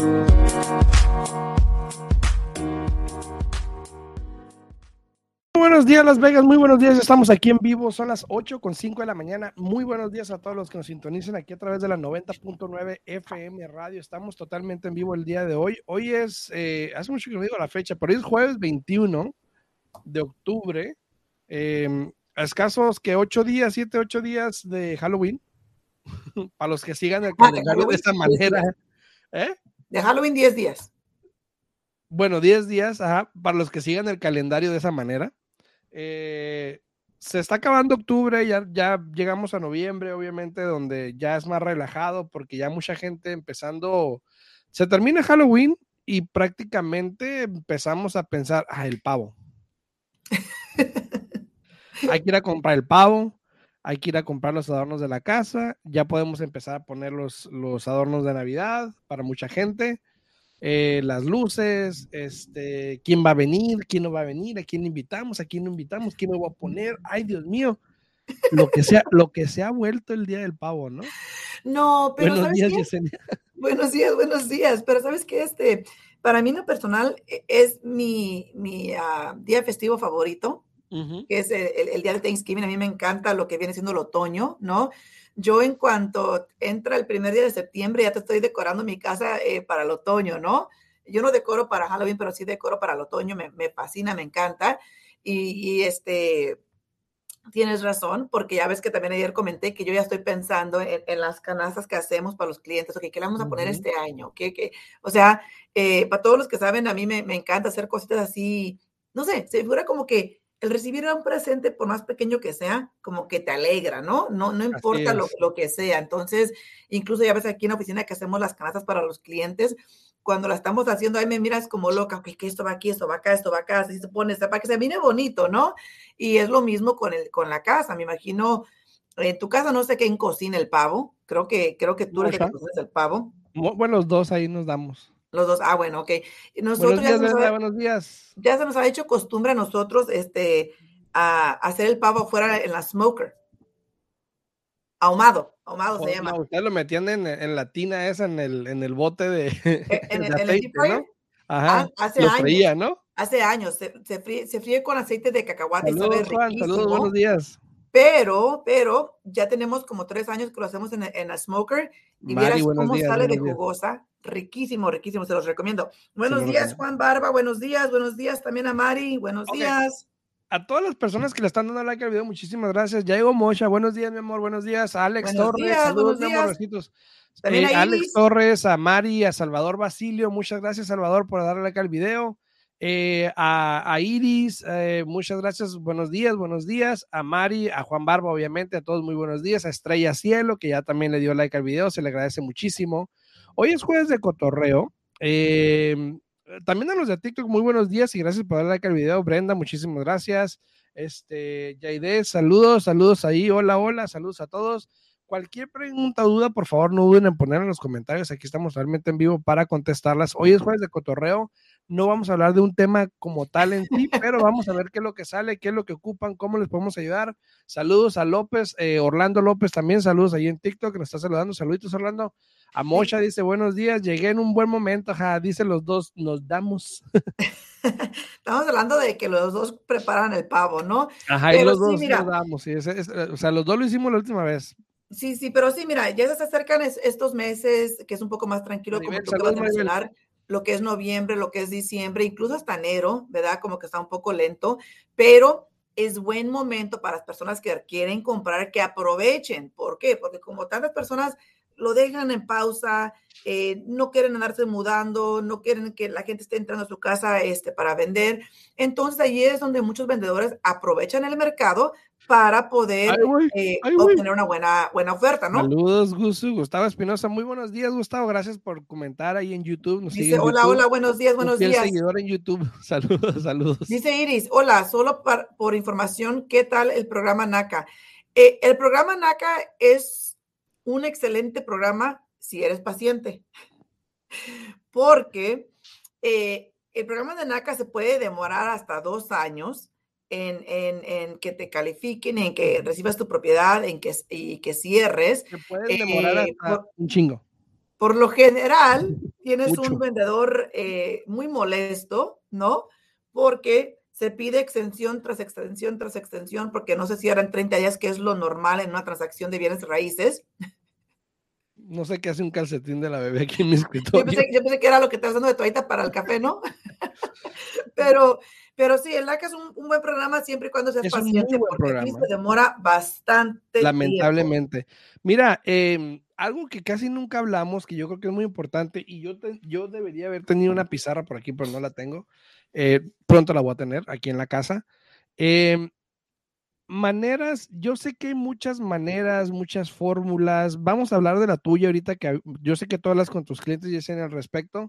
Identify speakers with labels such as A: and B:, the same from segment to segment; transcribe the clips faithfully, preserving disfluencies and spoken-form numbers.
A: Buenos días, Las Vegas, muy buenos días, estamos aquí en vivo, son las ocho con cinco de la mañana, muy buenos días a todos los que nos sintonizan aquí a través de la noventa punto nueve F M Radio, estamos totalmente en vivo el día de hoy, hoy es, eh, hace mucho que no digo la fecha, pero hoy es jueves veintiuno de octubre, eh, a escasos que ocho días, siete, ocho días de Halloween, para los que sigan el
B: Ah, de
A: calendario de
B: Halloween,
A: esta
B: diez
A: manera,
B: días.
A: ¿eh?
B: De Halloween, diez días.
A: Bueno, diez días, ajá, para los que sigan el calendario de esa manera. Eh, se está acabando octubre, ya, ya llegamos a noviembre, obviamente, donde ya es más relajado, porque ya mucha gente empezando, se termina Halloween y prácticamente empezamos a pensar, ah, el pavo. Hay que ir a comprar el pavo, hay que ir a comprar los adornos de la casa, ya podemos empezar a poner los, los adornos de Navidad para mucha gente. Eh, las luces, este, quién va a venir, quién no va a venir, a quién invitamos, a quién no invitamos, quién me va a poner, ay Dios mío, lo que sea, lo que se ha vuelto el día del pavo, ¿no?
B: No, pero
A: Buenos
B: ¿sabes
A: días,
B: qué?
A: Yesenia.
B: Buenos días, buenos días, pero ¿sabes qué? Este, para mí en lo personal e- es mi, mi uh, día festivo favorito,
A: Uh-huh.
B: que es el, el, el día de Thanksgiving. A mí me encanta lo que viene siendo el otoño, ¿no? Yo en cuanto entra el primer día de septiembre ya te estoy decorando mi casa eh, para el otoño, ¿no? Yo no decoro para Halloween, pero sí decoro para el otoño, me, me fascina, me encanta. Y, y este, tienes razón, porque ya ves que también ayer comenté que yo ya estoy pensando en, en las canastas que hacemos para los clientes, okay, ¿qué le vamos a poner
A: Uh-huh.
B: este año? ¿Qué, qué? O sea, eh, para todos los que saben, a mí me, me encanta hacer cositas así, no sé, se figura como que el recibir un presente, por más pequeño que sea, como que te alegra, ¿no? No, no
A: Así
B: importa lo,
A: es.
B: lo que sea. Entonces, incluso ya ves aquí en la oficina que hacemos las canastas para los clientes, cuando la estamos haciendo, ahí me miras como loca, ok, que esto va aquí, esto va acá, esto va acá, así se pone, para que se mire bonito, ¿no? Y es lo mismo con, el, con la casa. Me imagino, en tu casa no sé quién cocina el pavo. Creo que, creo que tú eres el que
A: Mosha.
B: cocinas el pavo.
A: Bueno, los dos ahí nos damos.
B: Los dos. Ah, bueno, ok.
A: Buenos
B: Nosotros ya
A: días,
B: se nos
A: Brenda,
B: ha,
A: buenos días.
B: ya se nos ha hecho costumbre a nosotros este, a hacer el pavo afuera en la smoker. Ahumado. Ahumado se
A: Oh,
B: llama.
A: no, ustedes lo metían en, en la tina esa, en el, en el bote de,
B: En,
A: de
B: el- en el deep
A: aceite,
B: fryer.
A: ¿no? Ajá,
B: Hace
A: lo
B: años.
A: freía, ¿no?
B: Hace años. Se, se, fríe, se fríe con aceite de cacahuate y sabe
A: Saludos, Juan, saludos, buenos
B: riquísimo.
A: días.
B: Pero, pero ya tenemos como tres años que lo hacemos en, en la smoker y
A: Mari,
B: vieras
A: buenos
B: cómo
A: días,
B: sale de
A: buenos días.
B: jugosa. Riquísimo, riquísimo, se los recomiendo.
A: Se
B: Buenos
A: lo
B: días,
A: recomiendo.
B: Juan Barba, buenos días, buenos días también a Mari, buenos
A: Ok,
B: días.
A: a todas las personas que le están dando like al video, muchísimas gracias. Ya llegó Mocha, buenos días, mi amor, buenos días. A Alex
B: Buenos
A: Torres,
B: días,
A: saludos,
B: buenos
A: mi amor,
B: días.
A: besitos.
B: También
A: Eh,
B: a
A: Alex
B: Iris.
A: Torres, a Mari, a Salvador Basilio, muchas gracias, Salvador, por darle like al video. Eh, a, a Iris, eh, muchas gracias, buenos días, buenos días. A Mari, a Juan Barba, obviamente, a todos muy buenos días. A Estrella Cielo, que ya también le dio like al video, se le agradece muchísimo. Hoy es jueves de cotorreo. Eh, También a los de TikTok, muy buenos días y gracias por darle like al video. Brenda, muchísimas gracias. Este, Yaide, saludos, saludos ahí. Hola, hola, saludos a todos. Cualquier pregunta o duda, por favor, no duden en poner en los comentarios. Aquí estamos realmente en vivo para contestarlas. Hoy es jueves de cotorreo. No vamos a hablar de un tema como tal en sí, pero vamos a ver qué es lo que sale, qué es lo que ocupan, cómo les podemos ayudar. Saludos a López, eh, Orlando López también, saludos ahí en TikTok, que nos está saludando. Saluditos, Orlando. A Mocha dice, buenos días, llegué en un buen momento, ajá, dice los dos, nos damos.
B: Estamos hablando de que los dos preparan el pavo, ¿no?
A: Ajá, y
B: Pero
A: los
B: sí,
A: dos nos
B: mira,
A: damos, sí, es, es, o sea, los dos lo hicimos la última vez.
B: sí, sí, pero sí, mira, ya se acercan es, estos meses que es un poco más tranquilo, como
A: Maribel,
B: tú acabas
A: saludos,
B: de
A: Maribel.
B: mencionar, lo que es noviembre, lo que es diciembre, incluso hasta enero, ¿verdad? Como que está un poco lento, pero es buen momento para las personas que quieren comprar que aprovechen. ¿Por qué? Porque como tantas personas lo dejan en pausa, eh, no quieren andarse mudando, no quieren que la gente esté entrando a su casa este, para vender. Entonces ahí es donde muchos vendedores aprovechan el mercado para
A: Ay,
B: poder
A: güey,
B: eh,
A: ay, güey.
B: obtener una buena, buena oferta, ¿no?
A: Saludos, Gusu, Gustavo Espinosa. Muy buenos días, Gustavo. Gracias por comentar ahí en YouTube. Nos sigue
B: Dice,
A: en
B: hola,
A: YouTube.
B: hola, buenos días,
A: Un
B: buenos
A: fiel
B: días.
A: seguidor en YouTube. Saludos, saludos.
B: Dice Iris, hola, solo par, por información, ¿qué tal el programa NACA? Eh, el programa NACA es un excelente programa si eres paciente, porque eh, el programa de NACA se puede demorar hasta dos años en, en, en que te califiquen, en que recibas tu propiedad, en que, y que cierres.
A: Se pueden demorar
B: Eh,
A: hasta
B: por,
A: un chingo.
B: Por lo general, tienes
A: Mucho.
B: un vendedor eh, muy molesto, ¿no? Porque se pide extensión tras extensión tras extensión, porque no se cierran treinta días, que es lo normal en una transacción de bienes raíces.
A: No sé qué hace un calcetín de la bebé aquí en mi
B: Yo
A: escritorio.
B: pensé, yo pensé que era lo que estás dando de toallita para el café, ¿no? pero, pero sí, el N A C A es un, un buen programa siempre y cuando seas
A: Es un muy
B: paciente,
A: buen
B: porque aquí
A: programa,
B: se demora bastante tiempo.
A: lamentablemente. Mira, eh, algo que casi nunca hablamos, que yo creo que es muy importante, y yo, te, yo debería haber tenido una pizarra por aquí, pero no la tengo. Eh, pronto la voy a tener aquí en la casa. Eh, maneras, yo sé que hay muchas maneras, muchas fórmulas. Vamos a hablar de la tuya ahorita, que yo sé que tú hablas con tus clientes y dicen al respecto.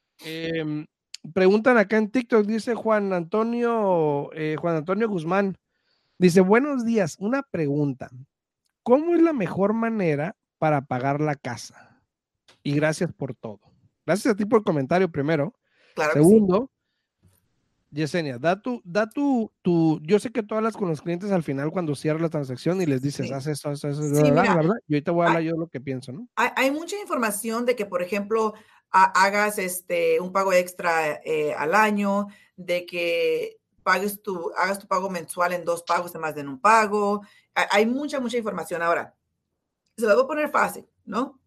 A: Eh, preguntan acá en TikTok, dice Juan Antonio, eh, Juan Antonio Guzmán, dice, buenos días, una pregunta. ¿Cómo es la mejor manera para pagar la casa? Y gracias por todo. Gracias a ti por el comentario primero.
B: Claro que sí.
A: Segundo, Yesenia, da tu, da tu, tu, yo sé que tú hablas con los clientes al final cuando cierras la transacción y les dices,
B: Sí,
A: haz esto, haz eso,
B: sí, mira,
A: ¿verdad? Y ahorita voy a
B: hay,
A: hablar yo de lo que pienso, ¿no?
B: hay, hay mucha información de que, por ejemplo, ha, hagas este, un pago extra eh, al año, de que pagues tu, hagas tu pago mensual en dos pagos en más de en un pago. Hay, hay mucha, mucha información. Ahora, se lo voy a poner fácil, ¿no?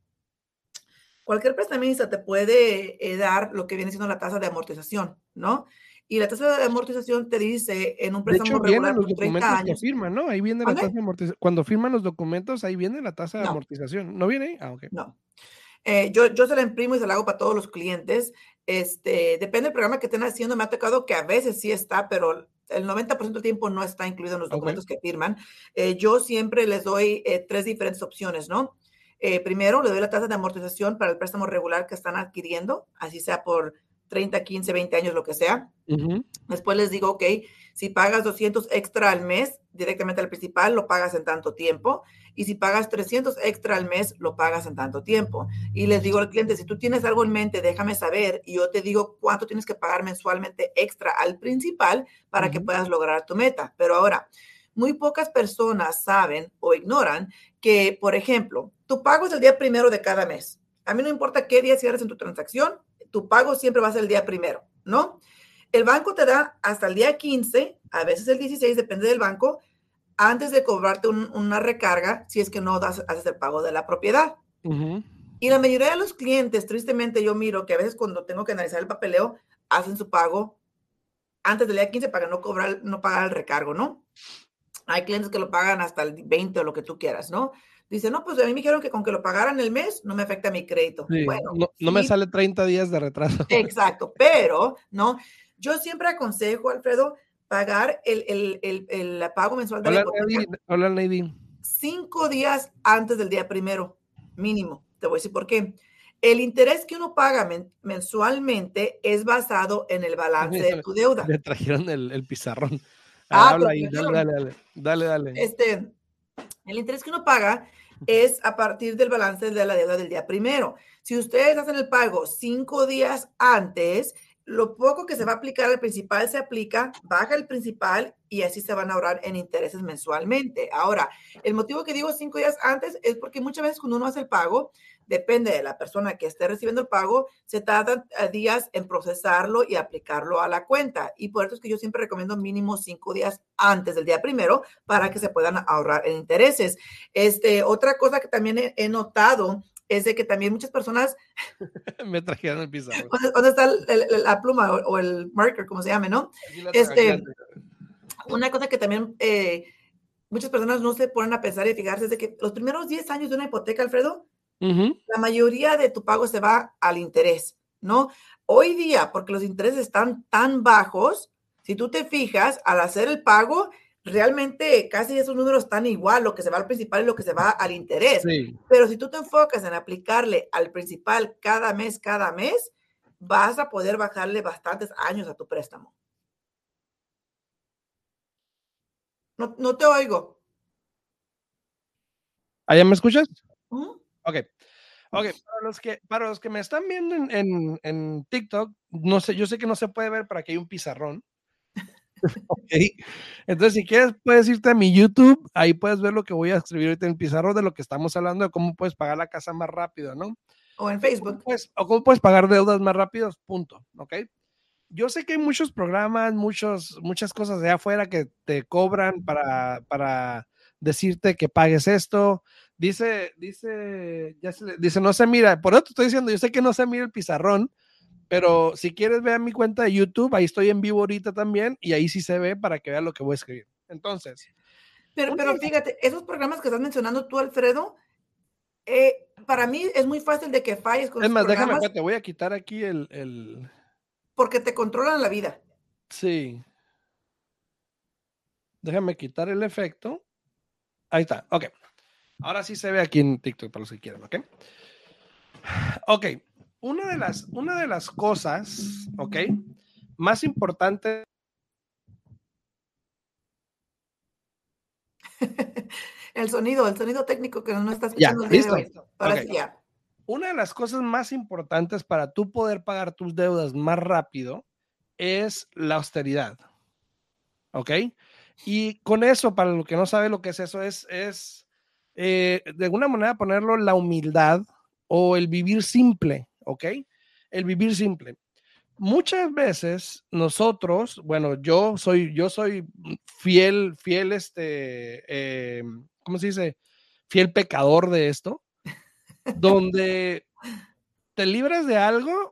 B: Cualquier prestamista te puede eh, dar lo que viene siendo la tasa de amortización, ¿no? Y la tasa de amortización te dice en un
A: De hecho,
B: préstamo
A: vienen
B: regular
A: los
B: por treinta
A: documentos que
B: años.
A: firman, ¿no? Ahí viene la
B: ¿Mande?
A: tasa de amortización. Cuando firman los documentos, ahí viene la tasa de
B: No,
A: amortización. ¿No viene ahí? Ah, ok.
B: no. Eh, yo, yo se la imprimo y se la hago para todos los clientes. Este, depende del programa que estén haciendo. Me ha tocado que a veces sí está, pero el noventa por ciento del tiempo no está incluido en los
A: Ok.
B: documentos que firman. Eh, yo siempre les doy eh, tres diferentes opciones, ¿no? Eh, primero, le doy la tasa de amortización para el préstamo regular que están adquiriendo, así sea por treinta, quince, veinte años, lo que sea.
A: Uh-huh.
B: Después les digo, ok, si pagas doscientos extra al mes directamente al principal, lo pagas en tanto tiempo. Y si pagas trescientos extra al mes, lo pagas en tanto tiempo. Y les digo al cliente, si tú tienes algo en mente, déjame saber y yo te digo cuánto tienes que pagar mensualmente extra al principal para
A: Uh-huh.
B: que puedas lograr tu meta. Pero ahora, muy pocas personas saben o ignoran que, por ejemplo, tu pago es el día primero de cada mes. A mí no importa qué día cierres en tu transacción, tu pago siempre va a ser el día primero, ¿no? El banco te da hasta el día quince, a veces el dieciséis, depende del banco, antes de cobrarte un, una recarga si es que no das, haces el pago de la propiedad.
A: Uh-huh.
B: Y la mayoría de los clientes, tristemente, yo miro que a veces cuando tengo que analizar el papeleo, hacen su pago antes del día quince para no cobrar, no pagar el recargo, ¿no? Hay clientes que lo pagan hasta el veinte o lo que tú quieras, ¿no? Dice, no, pues a mí me dijeron que con que lo pagaran el mes no me afecta mi crédito.
A: Sí,
B: Bueno,
A: no, no me
B: sí,
A: sale treinta días de retraso.
B: exacto, pero, ¿no? Yo siempre aconsejo, Alfredo, pagar el, el, el, el pago mensual de la
A: Hola,
B: hipoteca
A: Nadine. Hola, Nadine.
B: cinco días antes del día primero, mínimo. Te voy a decir por qué. El interés que uno paga men mensualmente es basado en el balance de tu deuda.
A: Me trajeron el, el pizarrón. Ah,
B: Ah, te
A: habla
B: lo
A: ahí, dale,
B: trajeron.
A: dale, dale, dale, dale.
B: Este, el interés que uno paga es a partir del balance de la deuda del día primero. Si ustedes hacen el pago cinco días antes, lo poco que se va a aplicar al principal se aplica, baja el principal y así se van a ahorrar en intereses mensualmente. Ahora, el motivo que digo cinco días antes es porque muchas veces cuando uno hace el pago, depende de la persona que esté recibiendo el pago, se tardan días en procesarlo y aplicarlo a la cuenta. Y por eso es que yo siempre recomiendo mínimo cinco días antes del día primero para que se puedan ahorrar en intereses. Este, otra cosa que también he, he notado es de que también muchas personas
A: Me trajeron el pizarrón.
B: ¿Dónde, dónde está el, el, la pluma o, o, el marker, como se llame, no?
A: Aquí la traigo, aquí la
B: Este,
A: traigo.
B: una cosa que también eh, muchas personas no se ponen a pensar y fijarse es de que los primeros diez años de una hipoteca, Alfredo, uh-huh, la mayoría de tu pago se va al interés, ¿no? Hoy día, porque los intereses están tan bajos, si tú te fijas, al hacer el pago, realmente casi esos números están igual, lo que se va al principal y lo que se va al interés. Sí. Pero si tú te enfocas en aplicarle al principal cada mes, cada mes, vas a poder bajarle bastantes años a tu préstamo. No, no te oigo.
A: ¿Allá me escuchas?
B: ¿Mm?
A: Ok. Ok, para los que, para los que me están viendo en, en, en TikTok, no sé, yo sé que no se puede ver, para que hay un pizarrón. Ok, entonces si quieres puedes irte a mi YouTube, ahí puedes ver lo que voy a escribir ahorita en el pizarrón de lo que estamos hablando, de cómo puedes pagar la casa más rápido, ¿no?
B: O en Facebook.
A: Pues, o cómo puedes pagar deudas más rápidos, punto, ¿ok? Yo sé que hay muchos programas, muchos, muchas cosas de afuera que te cobran para, para decirte que pagues esto. Dice, dice, ya se le, dice, no se mira, por eso te estoy diciendo, yo sé que no se mira el pizarrón, pero si quieres ver mi cuenta de YouTube, ahí estoy en vivo ahorita también, y ahí sí se ve para que vean lo que voy a escribir. Entonces.
B: Pero, pero fíjate, esos programas que estás mencionando tú, Alfredo, eh, para mí es muy fácil de que falles con
A: Es
B: esos
A: más, déjame,
B: programas.
A: te voy a quitar aquí el, el...
B: Porque te controlan la vida.
A: Sí. Déjame quitar el efecto. Ahí está, ok. Ahora sí se ve aquí en TikTok para los que quieran, ¿ok? Ok, una de las, una de las cosas, ¿ok? Más importante.
B: El sonido, el sonido técnico que no está
A: Ya,
B: escuchando el día de
A: listo.
B: hoy. Ahora
A: Ok.
B: sí, ya.
A: Una de las cosas más importantes para tú poder pagar tus deudas más rápido es la austeridad, ¿ok? Y con eso, para lo que no sabe lo que es eso, es, es eh, de alguna manera ponerlo la humildad o el vivir simple, ¿ok? El vivir simple. Muchas veces nosotros, bueno, yo soy, yo soy fiel, fiel, este, eh, ¿cómo se dice? Fiel pecador de esto, donde te libras de algo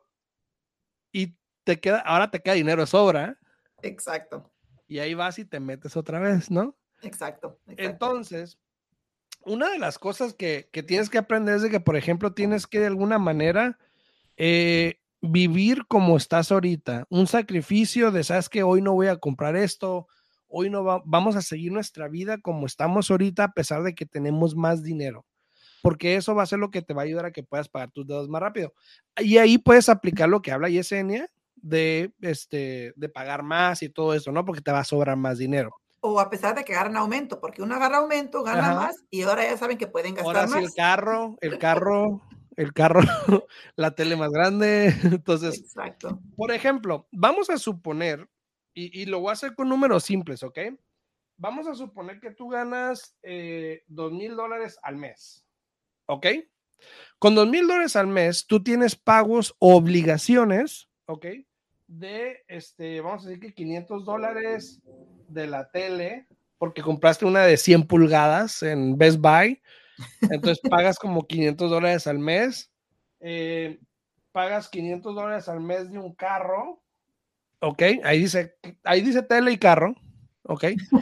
A: y te queda, ahora te queda dinero de sobra
B: Exacto.
A: y ahí vas y te metes otra vez, ¿no?
B: Exacto, exacto.
A: Entonces, una de las cosas que, que tienes que aprender es de que, por ejemplo, tienes que de alguna manera eh, vivir como estás ahorita, un sacrificio de, sabes que hoy no voy a comprar esto, hoy no va, vamos a seguir nuestra vida como estamos ahorita a pesar de que tenemos más dinero, porque eso va a ser lo que te va a ayudar a que puedas pagar tus deudas más rápido. Y ahí puedes aplicar lo que habla Yesenia de, este, de pagar más y todo eso, ¿no? Porque te va a sobrar más dinero.
B: O a pesar de que agarran aumento, porque uno agarra aumento, gana
A: Ajá.
B: más y ahora ya saben que pueden gastar
A: Ahora sí,
B: más.
A: el carro, el carro, el carro, la tele más grande. Entonces,
B: exacto.
A: Por ejemplo, vamos a suponer, y, y, lo voy a hacer con números simples, ¿ok? Vamos a suponer que tú ganas eh, dos mil dólares al mes, ¿ok? Con dos mil dólares al mes, tú tienes pagos o obligaciones, ¿ok? De, este, vamos a decir que quinientos dólares de la tele, porque compraste una de cien pulgadas en Best Buy, entonces pagas como quinientos dólares al mes, eh, pagas quinientos dólares al mes de un carro, ok, ahí dice, ahí dice tele y carro, ok,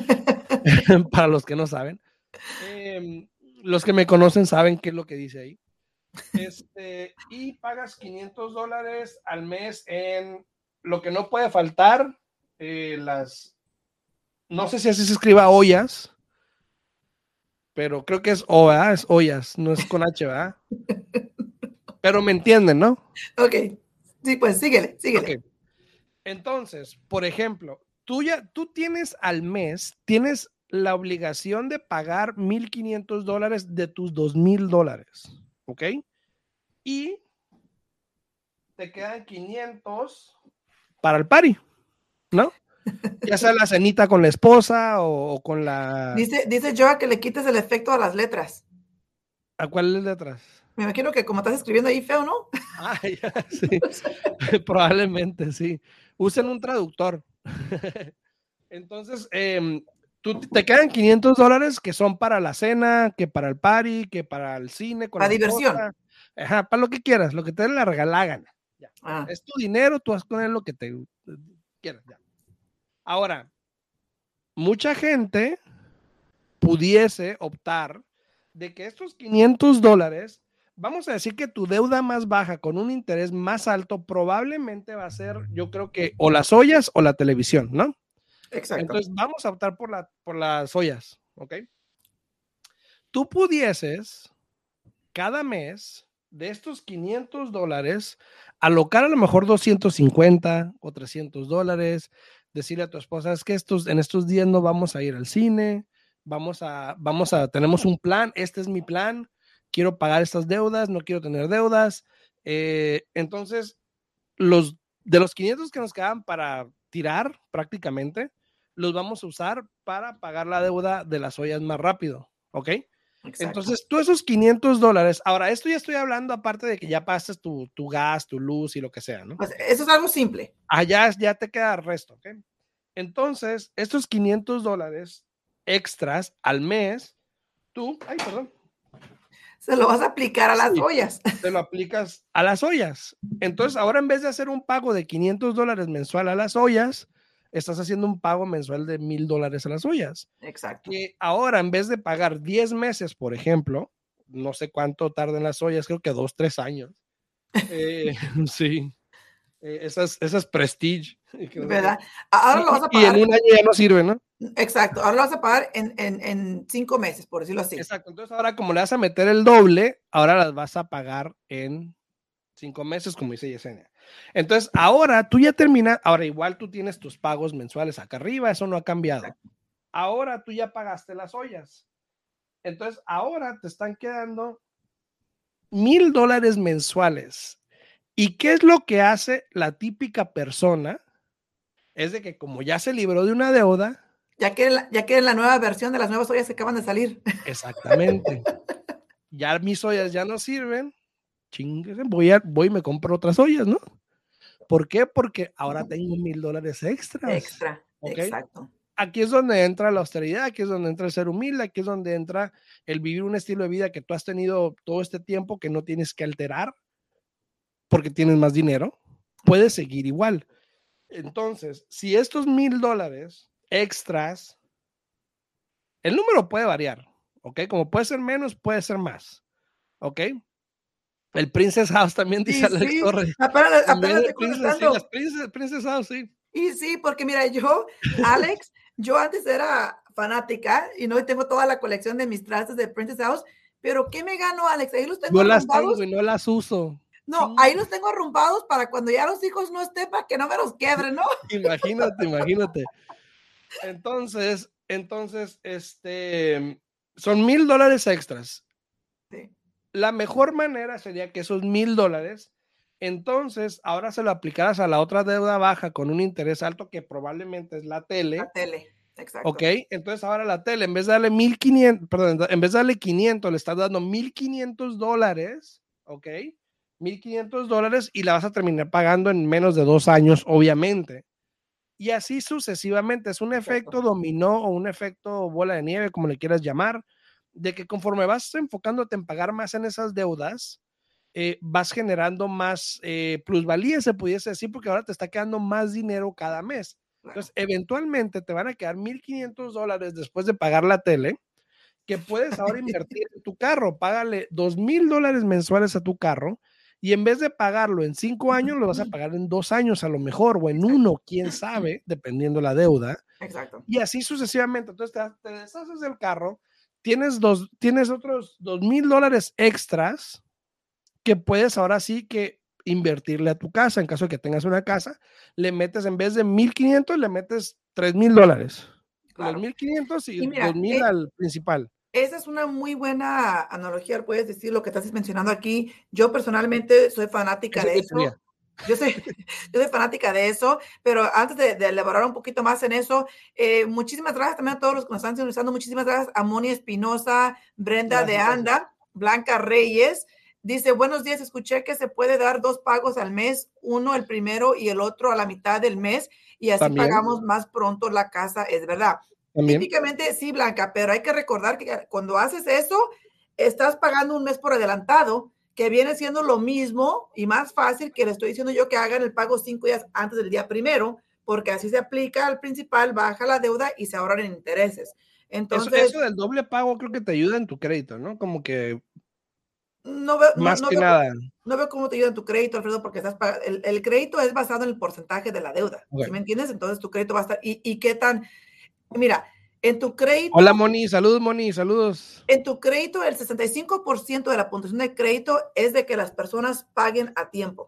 A: para los que no saben. Eh, los que me conocen saben qué es lo que dice ahí. Este, y pagas quinientos dólares al mes en lo que no puede faltar, eh, las, no sé si así se escriba ollas, pero creo que es O, ¿verdad? Es ollas, no es con H, ¿verdad? Pero me entienden, ¿no?
B: Ok, sí, pues síguele, síguele.
A: Okay. Entonces, por ejemplo, tú ya, tú tienes al mes, tienes la obligación de pagar mil quinientos dólares de tus dos mil dólares, ¿ok? Y te quedan quinientos para el party, ¿no? Ya sea la cenita con la esposa o, o con la...
B: Dice, dice Joa que le quites el efecto a las letras.
A: ¿A cuál es de atrás?
B: Me imagino que como estás escribiendo ahí feo, ¿no?
A: Ah, ya, sí. Probablemente, sí. Usen un traductor. Entonces, eh, tú te quedan quinientos dólares que son para la cena, que para el party, que para el cine con
B: Para
A: la
B: diversión.
A: esposa. Ajá, para lo que quieras, lo que te dé la regala gana. Ya.
B: Ah.
A: Es tu dinero, tú haz con él lo que te quieras. Ya. Ahora, mucha gente pudiese optar de que estos quinientos dólares, vamos a decir que tu deuda más baja con un interés más alto probablemente va a ser, yo creo que o las ollas o la televisión, ¿no?
B: Exacto.
A: Entonces vamos a optar por, la, por las ollas, ¿ok? Tú pudieses cada mes de estos quinientos dólares alocar a lo mejor doscientos cincuenta o trescientos dólares, decirle a tu esposa, es que estos, en estos días no vamos a ir al cine, vamos a, vamos a, tenemos un plan, este es mi plan, quiero pagar estas deudas, no quiero tener deudas. Eh, entonces, los, de los quinientos que nos quedan para tirar prácticamente, los vamos a usar para pagar la deuda de las ollas más rápido, ¿ok?
B: Exacto.
A: Entonces, tú esos quinientos dólares, ahora, esto ya estoy hablando aparte de que ya pasas tu, tu gas, tu luz y lo que sea, ¿no?
B: Pues eso es algo simple.
A: Allá ya te queda el resto, ¿ok? Entonces, estos quinientos dólares extras al mes, tú, ay, perdón.
B: Se lo vas a aplicar a las
A: Sí,
B: ollas.
A: te lo aplicas a las ollas. Entonces, ahora en vez de hacer un pago de quinientos dólares mensual a las ollas, estás haciendo un pago mensual de mil dólares a las ollas.
B: Exacto.
A: Que ahora, en vez de pagar diez meses, por ejemplo, no sé cuánto tardan las ollas, creo que dos, tres años. Eh, sí, eh, esas, esas Prestige.
B: ¿Verdad? Ahora lo
A: Y,
B: vas a
A: y, y en
B: pagar.
A: un año ya no sirve, ¿no?
B: Exacto. Ahora lo vas a pagar en, en, en cinco meses, por decirlo así.
A: Exacto. Entonces, ahora como le vas a meter el doble, ahora las vas a pagar en cinco meses, como dice Yesenia. Entonces, ahora tú ya terminas, ahora igual tú tienes tus pagos mensuales acá arriba, eso no ha cambiado.
B: Exacto.
A: Ahora tú ya pagaste las ollas. Entonces, ahora te están quedando mil dólares mensuales. ¿Y qué es lo que hace la típica persona? Es de que como ya se libró de una deuda.
B: Ya quieren, la, ya quieren la nueva versión de las nuevas ollas que acaban de salir.
A: Exactamente. Ya mis ollas ya no sirven. Chingue, voy, a, voy y me compro otras ollas, ¿no? ¿Por qué? Porque ahora tengo mil dólares extras.
B: Extra.
A: ¿Ok?
B: Exacto.
A: Aquí es donde entra la austeridad, aquí es donde entra el ser humilde, aquí es donde entra el vivir un estilo de vida que tú has tenido todo este tiempo que no tienes que alterar porque tienes más dinero. Puedes seguir igual. Entonces, si estos mil dólares extras, el número puede variar, ¿ok? Como puede ser menos, puede ser más, ¿ok? El Princess House también dice
B: Y
A: Alex
B: sí,
A: Torres.
B: apenas,
A: También
B: apenas
A: el
B: estoy
A: Princess, sí, las
B: contestando.
A: Princess, Princess House, sí.
B: Y sí, porque mira, yo, Alex, yo antes era fanática y no tengo toda la colección de mis trastes de Princess House, pero ¿qué me gano, Alex? Ahí los tengo
A: Yo las tengo
B: arrumbados.
A: y no las uso.
B: No,
A: Ching.
B: ahí los tengo arrumbados para cuando ya los hijos no estén, para que no me los quiebren, ¿no?
A: Imagínate, imagínate. Entonces, entonces, este, son mil dólares extras.
B: Sí.
A: La mejor manera sería que esos mil dólares, entonces, ahora se lo aplicaras a la otra deuda baja con un interés alto que probablemente es la tele.
B: La tele, exacto.
A: Ok, entonces ahora la tele, en vez de darle mil quinientos, perdón, en vez de darle quinientos, le estás dando mil quinientos dólares, ok, mil quinientos dólares y la vas a terminar pagando en menos de dos años, obviamente. Y así sucesivamente, es un efecto dominó o un efecto bola de nieve, como le quieras llamar, de que conforme vas enfocándote en pagar más en esas deudas, eh, vas generando más eh, plusvalía, se pudiese decir, porque ahora te está quedando más dinero cada mes. Entonces, eventualmente te van a quedar mil quinientos dólares después de pagar la tele, que puedes ahora invertir en tu carro. Págale dos mil dólares mensuales a tu carro y en vez de pagarlo en cinco años, lo vas a pagar en dos años a lo mejor o en
B: Exacto.
A: uno, quién sabe, dependiendo la deuda.
B: Exacto.
A: Y así sucesivamente. Entonces te, te deshaces del carro, tienes, dos, tienes otros dos mil dólares extras que puedes ahora sí que invertirle a tu casa. En caso de que tengas una casa, le metes en vez de mil quinientos, le metes tres mil dólares. Claro. Los mil quinientos y,
B: y mira,
A: dos mil
B: eh,
A: al principal.
B: Esa es una muy buena analogía, puedes decir lo que estás mencionando aquí. Yo personalmente soy fanática
A: Esa
B: de
A: es mi
B: eso.
A: teoría.
B: Yo soy, yo soy fanática de eso, pero antes de, de elaborar un poquito más en eso, eh, muchísimas gracias también a todos los que nos están sintonizando. Muchísimas gracias a Moni Espinosa, Brenda
A: Gracias,
B: de Anda,
A: gracias.
B: Blanca Reyes. Dice, buenos días, escuché que se puede dar dos pagos al mes, uno el primero y el otro a la mitad del mes, y así
A: También.
B: pagamos más pronto la casa, es verdad.
A: También.
B: Típicamente sí, Blanca, pero hay que recordar que cuando haces eso, estás pagando un mes por adelantado, que viene siendo lo mismo y más fácil que le estoy diciendo yo que hagan el pago cinco días antes del día primero, porque así se aplica al principal, baja la deuda y se ahorran en intereses. Entonces,
A: eso, eso del doble pago creo que te ayuda en tu crédito, ¿no? Como que
B: no veo, no,
A: más
B: no
A: que
B: veo,
A: nada.
B: no veo cómo te ayuda en tu crédito, Alfredo, porque estás el, el crédito es basado en el porcentaje de la deuda. Okay. ¿Sí me entiendes? Entonces tu crédito va a estar, y, y qué tan, mira, en tu crédito.
A: Hola, Moni, saludos, Moni, saludos.
B: En tu crédito, el sesenta y cinco por ciento de la puntuación de crédito es de que las personas paguen a tiempo.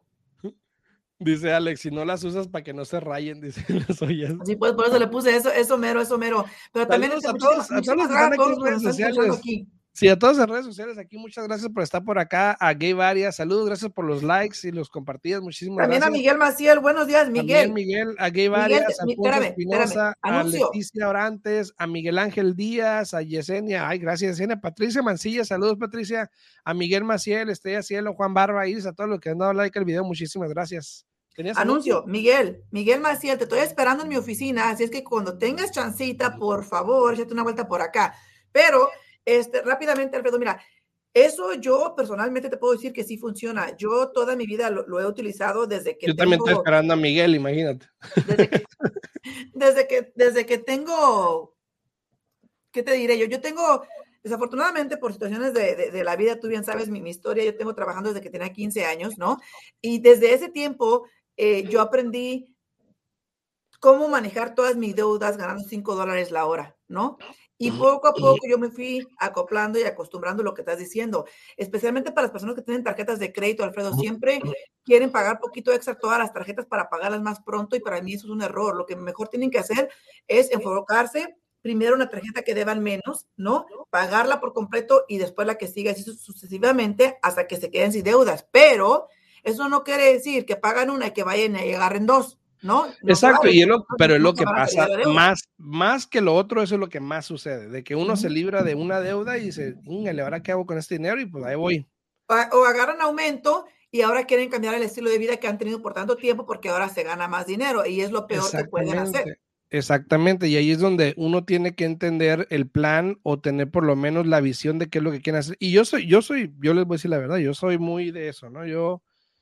A: Dice Alex, si no las usas para que no se rayen, dice las ollas.
B: Sí, pues por eso le puse eso, eso mero, eso mero. Pero también
A: saludos
B: este,
A: a
B: muchísimas,
A: todos, a todos los
B: muchísimas
A: que están
B: gracias a
A: aquí
B: todos
A: en
B: los que nos
A: redes
B: están escuchando
A: sociales.
B: aquí.
A: Sí, a todos en redes sociales aquí, muchas gracias por estar por acá. A Gay Varias, saludos, gracias por los likes y los compartidas, muchísimas
B: También
A: gracias.
B: a Miguel Maciel, buenos días,
A: También
B: Miguel.
A: Miguel, a Gay
B: Miguel,
A: Varias, a
B: mi,
A: Alfonso
B: espérame, espérame,
A: Espinosa, a
B: anuncio.
A: Leticia Orantes, a Miguel Ángel Díaz, a Yesenia, ay, gracias Yesenia, Patricia Mancilla, saludos Patricia, a Miguel Maciel, Estrella Cielo, Juan Barba, Iris, a todos los que han dado like al video, muchísimas gracias. ¿Tenías
B: Anuncio,
A: anuncio?
B: Miguel, Miguel Maciel, te estoy esperando en mi oficina, así es que cuando tengas chancita, por favor, échate una vuelta por acá. Pero, este, rápidamente, Alfredo, mira, eso yo personalmente te puedo decir que sí funciona. Yo toda mi vida lo, lo he utilizado desde que
A: Yo también
B: tengo...
A: estoy esperando a Miguel, imagínate.
B: Desde que, desde que, desde que tengo... ¿Qué te diré yo? Yo tengo... Desafortunadamente, por situaciones de, de, de la vida, tú bien sabes mi, mi historia, yo tengo trabajando desde que tenía quince años, ¿no? Y desde ese tiempo eh, yo aprendí cómo manejar todas mis deudas ganando cinco dólares la hora, ¿no? Y poco a poco yo me fui acoplando y acostumbrando a lo que estás diciendo, especialmente para las personas que tienen tarjetas de crédito, Alfredo, siempre quieren pagar poquito extra todas las tarjetas para pagarlas más pronto y para mí eso es un error. Lo que mejor tienen que hacer es enfocarse primero en una tarjeta que deban menos, ¿no? Pagarla por completo y después la que siga así sucesivamente hasta que se queden sin deudas. Pero eso no quiere decir que pagan una y que vayan y agarren dos. No, no se
A: Exacto,
B: vale.
A: y es lo, pero es lo
B: Nunca
A: que
B: van a salir
A: pasa,
B: de la deuda.
A: más, más que lo otro, eso es lo que más sucede, de que uno
B: Uh
A: se
B: -huh.
A: libra de una deuda y dice, ¿ahora qué hago con este dinero? Y pues ahí voy.
B: O, o agarran aumento y ahora quieren cambiar el estilo de vida que han tenido por tanto tiempo porque ahora se gana más dinero y es lo peor que pueden hacer.
A: Exactamente, exactamente, y ahí es donde uno tiene que entender el plan o tener por lo menos la visión de qué es lo que quieren hacer. Y yo soy, yo soy, yo les voy a decir la verdad, yo soy muy de eso, ¿no? Yo...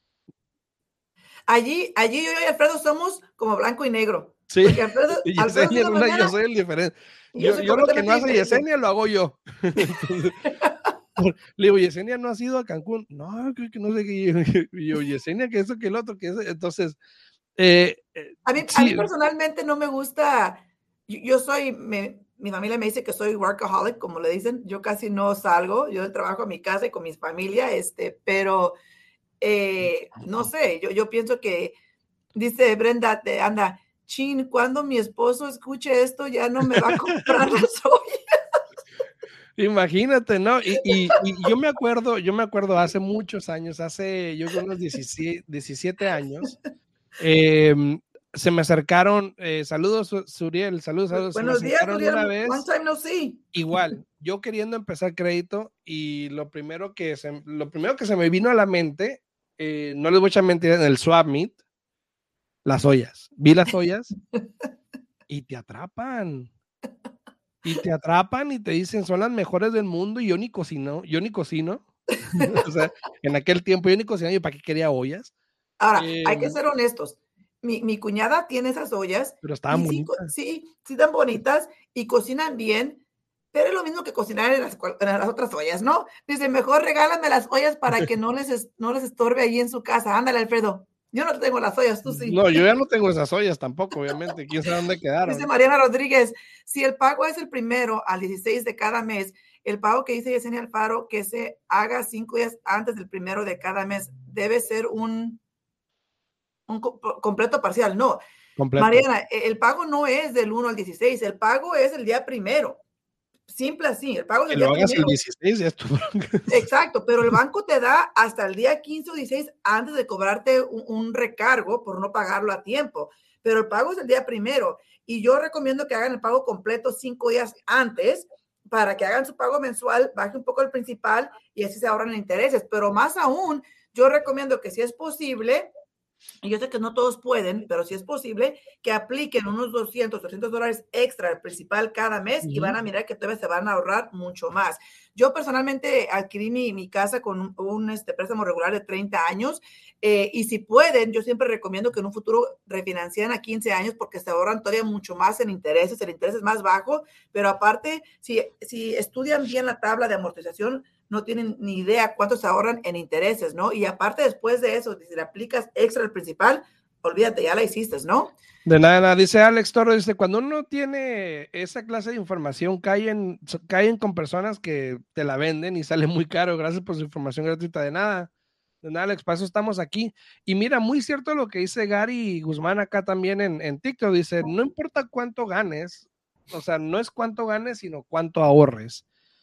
B: Allí, allí yo y Alfredo somos como blanco y negro.
A: Sí,
B: Porque Alfredo, Alfredo es
A: Yesenia
B: de
A: es
B: la
A: una, yo
B: mañana
A: soy el diferente.
B: y yo
A: Yo,
B: soy
A: yo lo que no
B: completamente
A: hace
B: diferente.
A: Yesenia lo hago yo. Entonces, le digo, Yesenia no has ido a Cancún. No, creo que no sé qué. Y yo, Yesenia, que eso, que el otro, que eso. Entonces, eh, eh,
B: a, mí, a mí
A: sí.
B: personalmente no me gusta, yo, yo soy, me, mi familia me dice que soy workaholic, como le dicen, yo casi no salgo, yo trabajo en mi casa y con mi familia, este, pero eh, no sé, yo, yo pienso que, dice Brenda, te anda, chin, cuando mi esposo escuche esto ya no me va a comprar las ollas.
A: Imagínate, ¿no? Y, y, y, yo me acuerdo, yo me acuerdo hace muchos años, hace yo creo unos diecisiete, diecisiete años, eh, se me acercaron, eh, saludos, Suriel, saludos, saludos, se me
B: Buenos días,
A: acercaron
B: Uriel,
A: una
B: long
A: vez,
B: time no see.
A: igual, yo queriendo empezar crédito y lo primero que se, lo primero que se me vino a la mente, eh, no les voy a echar mentiras, en el Swap Meet, las ollas, vi las ollas y te atrapan. Y te atrapan y te dicen, son las mejores del mundo y yo ni cocino, yo ni cocino. O sea, en aquel tiempo yo ni cocinaba, yo para qué quería ollas.
B: Ahora,
A: Eh,
B: hay que ser honestos. Mi, mi cuñada tiene esas ollas
A: pero estaban
B: y sí,
A: bonitas.
B: sí, sí están bonitas y cocinan bien, pero es lo mismo que cocinar en las, en las otras ollas, ¿no? Dice, mejor regálame las ollas para que no les, no les estorbe ahí en su casa. Ándale, Alfredo. Yo no tengo las ollas, tú sí.
A: No, yo ya no tengo esas ollas tampoco, obviamente. ¿Quién sabe dónde
B: Dice
A: quedaron?
B: Mariana Rodríguez, si el pago es el primero al dieciséis de cada mes, el pago que dice Yesenia Alfaro que se haga cinco días antes del primero de cada mes debe ser un, un co completo parcial. No,
A: Completo.
B: Mariana, el pago no es del uno al dieciséis, el pago es el día primero. Simple así, el pago es
A: Que
B: el
A: lo
B: día
A: hagas el
B: primero.
A: dieciséis, ya estuvo.
B: Exacto, pero el banco te da hasta el día quince o dieciséis antes de cobrarte un, un recargo por no pagarlo a tiempo. Pero el pago es el día primero. Y yo recomiendo que hagan el pago completo cinco días antes para que hagan su pago mensual, baje un poco el principal y así se ahorran intereses. Pero más aún, yo recomiendo que si es posible, y yo sé que no todos pueden, pero si es posible, que apliquen unos doscientos, trescientos dólares extra al principal cada mes y van a mirar que todavía se van a ahorrar mucho más. Yo personalmente adquirí mi, mi casa con un, un este, préstamo regular de treinta años eh, y si pueden, yo siempre recomiendo que en un futuro refinancien a quince años porque se ahorran todavía mucho más en intereses, el interés es más bajo, pero aparte, si, si estudian bien la tabla de amortización, no tienen ni idea cuánto se ahorran en intereses, ¿no? Y aparte después de eso, si le aplicas extra al principal, olvídate, ya la hiciste, ¿no?
A: De nada, dice Alex Torres, dice, cuando uno tiene esa clase de información, caen, caen con personas que te la venden y sale muy caro. Gracias por su información gratuita. De nada, de nada, Alex, para eso estamos aquí. Y mira, muy cierto lo que dice Gary Guzmán acá también en, en TikTok, dice, no importa cuánto ganes, o sea, no es cuánto ganes, sino cuánto ahorres.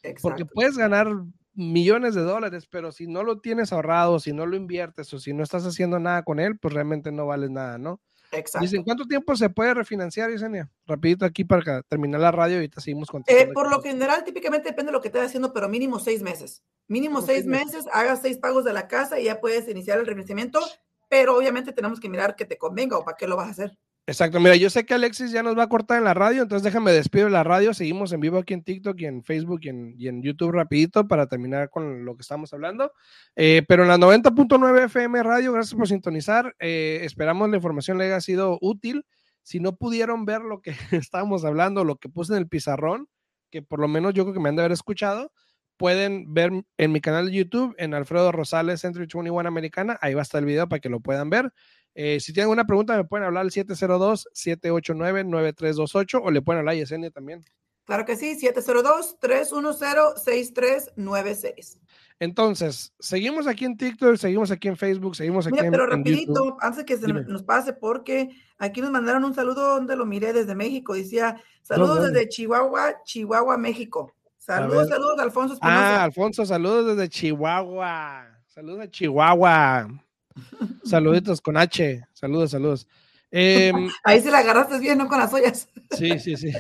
A: Porque
B: Exacto.
A: puedes ganar millones de dólares, pero si no lo tienes ahorrado, si no lo inviertes o si no estás haciendo nada con él, pues realmente no vales nada, ¿no? Dicen,
B: Exacto.
A: ¿cuánto tiempo se puede refinanciar, Yesenia? Rapidito aquí para terminar la radio y ahorita seguimos
B: Eh,
A: contestando.
B: por lo general, típicamente depende de lo que estés haciendo, pero mínimo seis meses. Mínimo
A: Como seis
B: seis
A: meses.
B: meses, hagas seis pagos de la casa y ya puedes iniciar el refinanciamiento, pero obviamente tenemos que mirar que te convenga o para qué lo vas a hacer.
A: Exacto, mira, yo sé que Alexis ya nos va a cortar en la radio, entonces déjame despido de la radio, seguimos en vivo aquí en TikTok y en Facebook y en, y en YouTube rapidito para terminar con lo que estamos hablando, eh, pero en la noventa punto nueve F M Radio, gracias por sintonizar, eh, esperamos la información le haya sido útil, si no pudieron ver lo que estábamos hablando, lo que puse en el pizarrón, que por lo menos yo creo que me han de haber escuchado, pueden ver en mi canal de YouTube, en Alfredo Rosales Century veintiuno Americana, ahí va a estar el video para que lo puedan ver. Eh, si tienen alguna pregunta, me pueden hablar al siete cero dos, siete ocho nueve, nueve tres dos ocho o le pueden hablar a Yesenia también.
B: Claro que sí, siete cero dos, tres uno cero, seis tres nueve seis.
A: Entonces, seguimos aquí en TikTok, seguimos aquí en Facebook, seguimos aquí
B: Mira,
A: en,
B: pero
A: en YouTube.
B: rapidito, antes que se
A: Dime,
B: nos pase, porque aquí nos mandaron un saludo donde lo miré desde México. Decía,
A: ¿dónde,
B: saludos
A: dónde?
B: desde Chihuahua, Chihuahua, México.
A: A ver.
B: Saludos, saludos, Alfonso
A: Ah,
B: Espinosa.
A: Alfonso, saludos desde Chihuahua. Saludos a Chihuahua. Saluditos con H. Saludos, saludos. Eh,
B: Ahí sí la agarraste bien, ¿no? Con las ollas.
A: sí, sí, sí.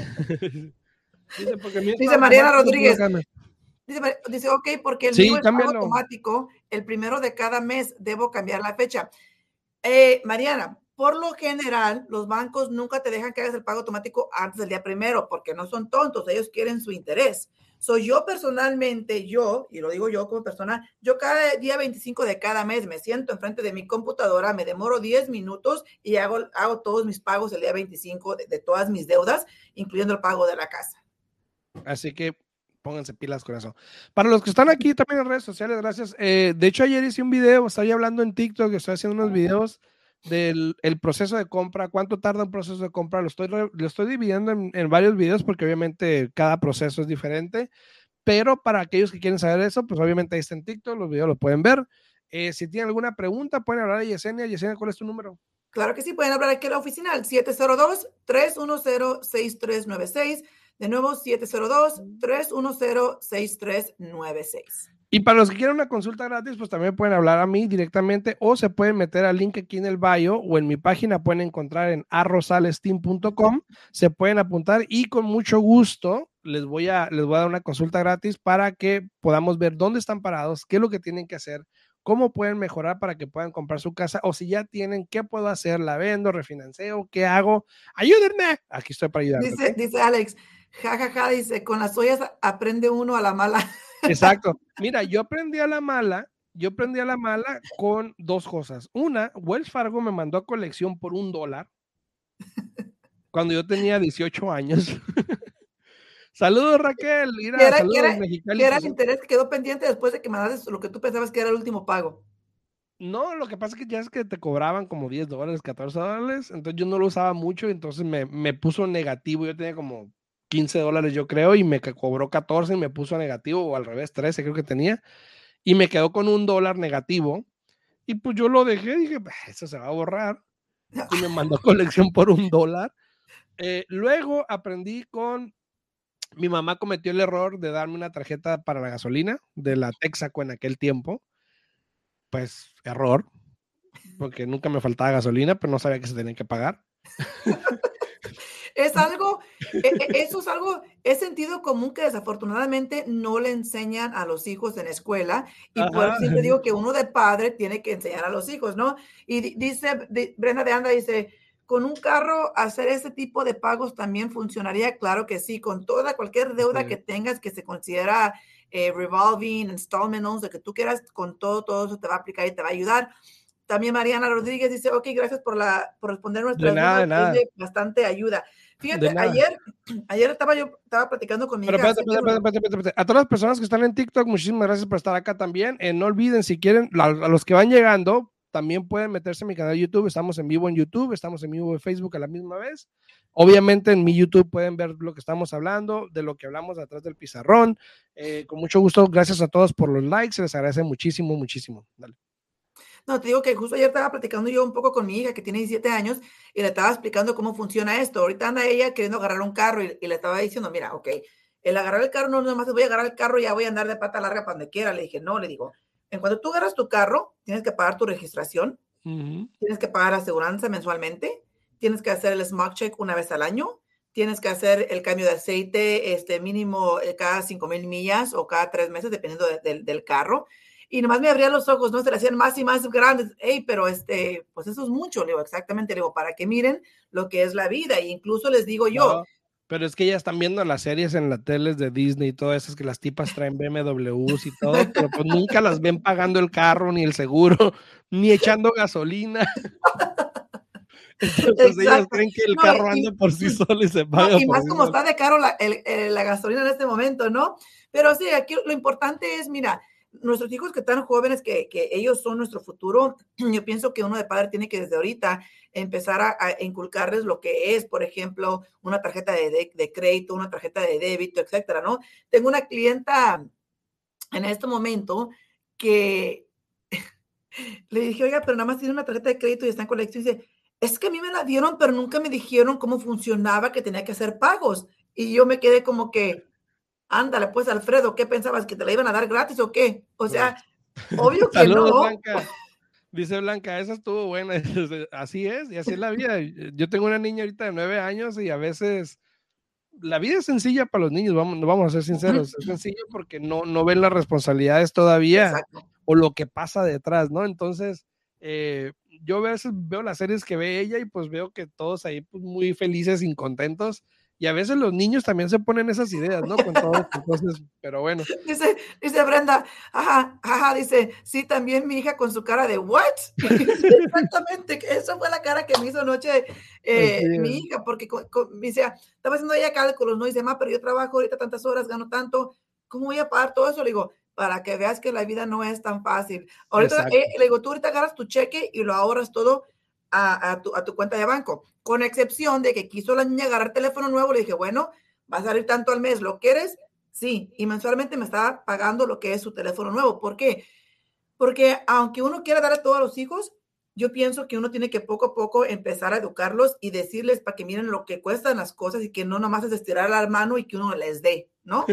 A: Dice, porque a mí está
B: Dice Mariana
A: automático.
B: Rodríguez, dice, dice, ok, porque el mío
A: Sí,
B: es pago
A: cámbialo.
B: automático, el primero de cada mes debo cambiar la fecha. Eh, Mariana, por lo general, los bancos nunca te dejan que hagas el pago automático antes del día primero, porque no son tontos, ellos quieren su interés. Soy yo personalmente, yo, y lo digo yo como persona, yo cada día veinticinco de cada mes me siento enfrente de mi computadora, me demoro diez minutos y hago, hago todos mis pagos el día veinticinco de, de todas mis deudas, incluyendo el pago de la casa.
A: Así que pónganse pilas con eso. Para los que están aquí también en redes sociales, gracias. Eh, de hecho, ayer hice un video, estoy hablando en TikTok, estoy haciendo unos videos del el proceso de compra, cuánto tarda un proceso de compra. Lo estoy, lo estoy dividiendo en, en varios videos porque obviamente cada proceso es diferente. Pero para aquellos que quieren saber eso, pues obviamente ahí está en TikTok, los videos los pueden ver. Eh, si tienen alguna pregunta, pueden hablar a Yesenia. Yesenia, ¿cuál es tu número?
B: Claro que sí, pueden hablar aquí a la oficina al siete cero dos, tres uno cero, seis tres nueve seis. De nuevo, siete cero dos, tres uno cero, seis tres nueve seis.
A: Y para los que quieran una consulta gratis, pues también pueden hablar a mí directamente o se pueden meter al link aquí en el bio o en mi página pueden encontrar en arrosalesteam punto com, se pueden apuntar y con mucho gusto les voy a, les voy a dar una consulta gratis para que podamos ver dónde están parados, qué es lo que tienen que hacer, cómo pueden mejorar para que puedan comprar su casa o si ya tienen, qué puedo hacer, la vendo, refinancio, qué hago, ayúdenme, aquí estoy para ayudarte.
B: Dice,
A: ¿Okay?
B: dice Alex, jajaja, ja, ja, dice, con las ollas aprende uno a la mala.
A: Exacto. Mira, yo aprendí a la mala, yo aprendí a la mala con dos cosas. Una, Wells Fargo me mandó a colección por un dólar cuando yo tenía dieciocho años. Saludos, Raquel.
B: Que
A: Mira,
B: era, que
A: saludos,
B: era,
A: Mexicali.
B: que era el
A: Presente.
B: interés que quedó pendiente después de que mandaste lo que tú pensabas que era el último pago.
A: No, lo que pasa es que ya es que te cobraban como diez dólares, catorce dólares, entonces yo no lo usaba mucho, entonces me, me puso negativo, yo tenía como quince dólares yo creo, y me cobró catorce y me puso negativo, o al revés, trece creo que tenía, y me quedó con un dólar negativo, y pues yo lo dejé, dije, eso se va a borrar, y me mandó colección por un dólar. Eh, luego aprendí con, mi mamá cometió el error de darme una tarjeta para la gasolina, de la Texaco en aquel tiempo, pues error, porque nunca me faltaba gasolina, pero no sabía que se tenía que pagar.
B: Es algo, eso es algo, es sentido común que desafortunadamente no le enseñan a los hijos en escuela y por eso
A: Ajá.
B: siempre digo que uno de padre tiene que enseñar a los hijos, ¿no? Y dice, Brenda de Anda dice, con un carro hacer ese tipo de pagos también funcionaría, claro que sí, con toda cualquier deuda
A: Sí.
B: que tengas que se considera eh, revolving, installment loans, de que tú quieras, con todo, todo eso te va a aplicar y te va a ayudar. También Mariana Rodríguez dice, ok, gracias por, la, por responder nuestras
A: De nada,
B: dudas,
A: de
B: es
A: nada,
B: de bastante ayuda.
A: de
B: Fíjate,
A: nada.
B: ayer, ayer estaba yo estaba platicando con mi
A: Pero
B: hija.
A: espérate, espérate, espérate, espérate, espérate. A todas las personas que están en TikTok, muchísimas gracias por estar acá también. Eh, no olviden, si quieren, a, a los que van llegando, también pueden meterse en mi canal de YouTube. Estamos en vivo en YouTube, estamos en vivo en Facebook a la misma vez. Obviamente en mi YouTube pueden ver lo que estamos hablando, de lo que hablamos atrás del pizarrón. Eh, con mucho gusto, gracias a todos por los likes, se les agradece muchísimo, muchísimo. Dale.
B: No, te digo que justo ayer estaba platicando yo un poco con mi hija que tiene diecisiete años y le estaba explicando cómo funciona esto. Ahorita anda ella queriendo agarrar un carro y, y le estaba diciendo, mira, ok, El agarrar el carro no nada más voy a agarrar el carro y ya voy a andar de pata larga para donde quiera. Le dije, no, le digo, en cuanto tú agarras tu carro, tienes que pagar tu registración, uh-huh. Tienes que pagar aseguranza mensualmente, tienes que hacer el smog check una vez al año, tienes que hacer el cambio de aceite este mínimo cada cinco mil millas o cada tres meses, dependiendo de, de, del carro. Y nomás me abrían los ojos, ¿no? Se le hacían más y más grandes. Hey, pero este, pues eso es mucho, le digo, exactamente, le digo, para que miren lo que es la vida. E incluso les digo yo.
A: No, pero es que ya están viendo las series en la tele de Disney y todo eso, es que las tipas traen B M Ws y todo, pero pues nunca las ven pagando el carro, ni el seguro, ni echando gasolina. Entonces ellos creen que el no, carro y, anda por sí solo y se paga.
B: No, y
A: por
B: más
A: sí
B: como
A: solo.
B: Está de caro la, el, el, la gasolina en este momento, ¿no? Pero sí, aquí lo importante es, mira, nuestros hijos que están jóvenes, que, que ellos son nuestro futuro, yo pienso que uno de padre tiene que desde ahorita empezar a, a inculcarles lo que es, por ejemplo, una tarjeta de, de, de crédito, una tarjeta de débito, etcétera, ¿no? Tengo una clienta en este momento que le dije, oiga, pero nada más tiene una tarjeta de crédito y está en colección, y dice, es que a mí me la dieron, pero nunca me dijeron cómo funcionaba, que tenía que hacer pagos. Y yo me quedé como que, ándale, pues, Alfredo, ¿qué pensabas? ¿Que te la iban a dar gratis o qué? O sea, obvio que
A: Saludos,
B: no.
A: Blanca. Dice Blanca, esa estuvo buena. Así es, y así es la vida. Yo tengo una niña ahorita de nueve años y a veces la vida es sencilla para los niños, vamos, vamos a ser sinceros. Es sencillo porque no, no ven las responsabilidades todavía. Exacto. O lo que pasa detrás, ¿no? Entonces, eh, yo a veces veo las series que ve ella y pues veo que todos ahí pues, muy felices y contentos. Y a veces los niños también se ponen esas ideas, ¿no? Con todo, entonces, pero bueno.
B: Dice, dice Brenda, ajá, ajá, dice, sí, también mi hija con su cara de, ¿what? Exactamente, esa fue la cara que me hizo anoche eh, mi hija, porque con, con, dice, estaba haciendo ella cálculos, ¿no? Dice, ma, pero yo trabajo ahorita tantas horas, gano tanto, ¿cómo voy a pagar todo eso? Le digo, para que veas que la vida no es tan fácil. Ahorita, eh, le digo, tú ahorita agarras tu cheque y lo ahorras todo a, a, tu, a tu cuenta de banco, con excepción de que quiso la niña agarrar teléfono nuevo, le dije, bueno, va a salir tanto al mes, ¿lo quieres? Sí, y mensualmente me estaba pagando lo que es su teléfono nuevo. ¿Por qué? Porque aunque uno quiera dar a todos los hijos, yo pienso que uno tiene que poco a poco empezar a educarlos y decirles para que miren lo que cuestan las cosas y que no nomás es estirar la mano y que uno les dé, ¿no?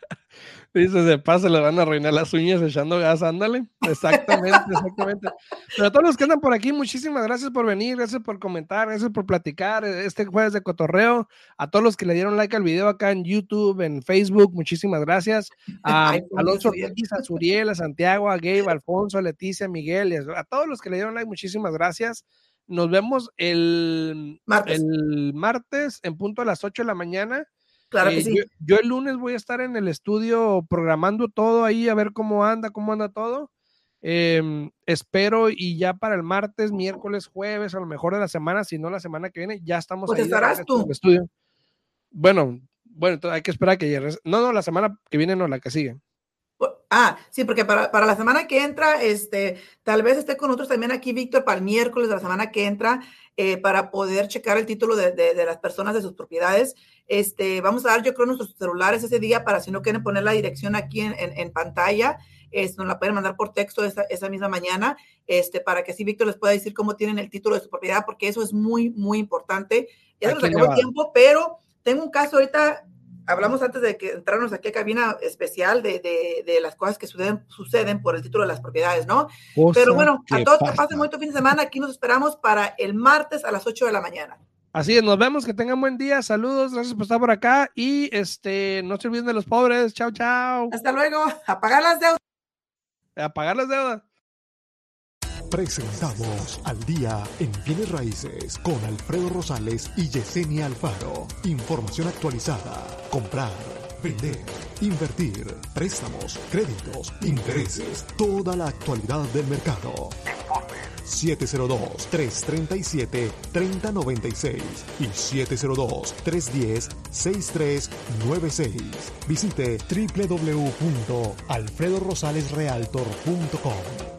A: Dice, de paso le van a arruinar las uñas echando gas, ándale. Exactamente, exactamente. Pero a todos los que andan por aquí, muchísimas gracias por venir, gracias por comentar, gracias por platicar este jueves de cotorreo. A todos los que le dieron like al video acá en YouTube, en Facebook, muchísimas gracias. A Ay, Alonso Ortiz, a Suriel, a Santiago, a Gabe, a Alfonso, a Leticia, a Miguel, y a, a todos los que le dieron like, muchísimas gracias. Nos vemos el martes, el martes en punto a las ocho de la mañana.
B: Claro que
A: eh,
B: sí.
A: yo, yo el lunes voy a estar en el estudio programando todo ahí, a ver cómo anda, cómo anda todo. Eh, espero y ya para el martes, miércoles, jueves, a lo mejor de la semana, si no la semana que viene, ya estamos
B: pues
A: ahí.
B: estarás tú.
A: En el estudio. Bueno, bueno, entonces hay que esperar a que llegue. No, no, la semana que viene no, la que sigue.
B: Ah, sí, porque para, para la semana que entra, este, tal vez esté con nosotros también aquí Víctor para el miércoles de la semana que entra, eh, para poder checar el título de, de, de las personas de sus propiedades. Este, vamos a dar, yo creo, nuestros celulares ese día para si no quieren poner la dirección aquí en, en, en pantalla, es, nos la pueden mandar por texto esa, esa misma mañana, este, para que así Víctor les pueda decir cómo tienen el título de su propiedad, porque eso es muy, muy importante. Ya se nos acabó el tiempo, pero tengo un caso ahorita. Hablamos antes de que entrarnos aquí a cabina especial de, de, de las cosas que suceden, suceden por el título de las propiedades, ¿no? Cosa Pero bueno, a todos pasa. Que pasen muy buen fin de semana. Aquí nos esperamos para el martes a las ocho de la mañana.
A: Así es, nos vemos, que tengan buen día. Saludos, gracias por estar por acá. Y este, no se olviden de los pobres. Chao, chao.
B: Hasta luego. A pagar las deudas.
A: A pagar las deudas.
C: Presentamos Al Día en Bienes Raíces con Alfredo Rosales y Yesenia Alfaro. Información actualizada. Comprar, vender, invertir, préstamos, créditos, intereses, toda la actualidad del mercado. siete cero dos, tres tres siete, tres cero nueve seis y siete cero dos, tres uno cero, seis tres nueve seis. Visite doble u doble u doble u punto alfredo rosales realtor punto com.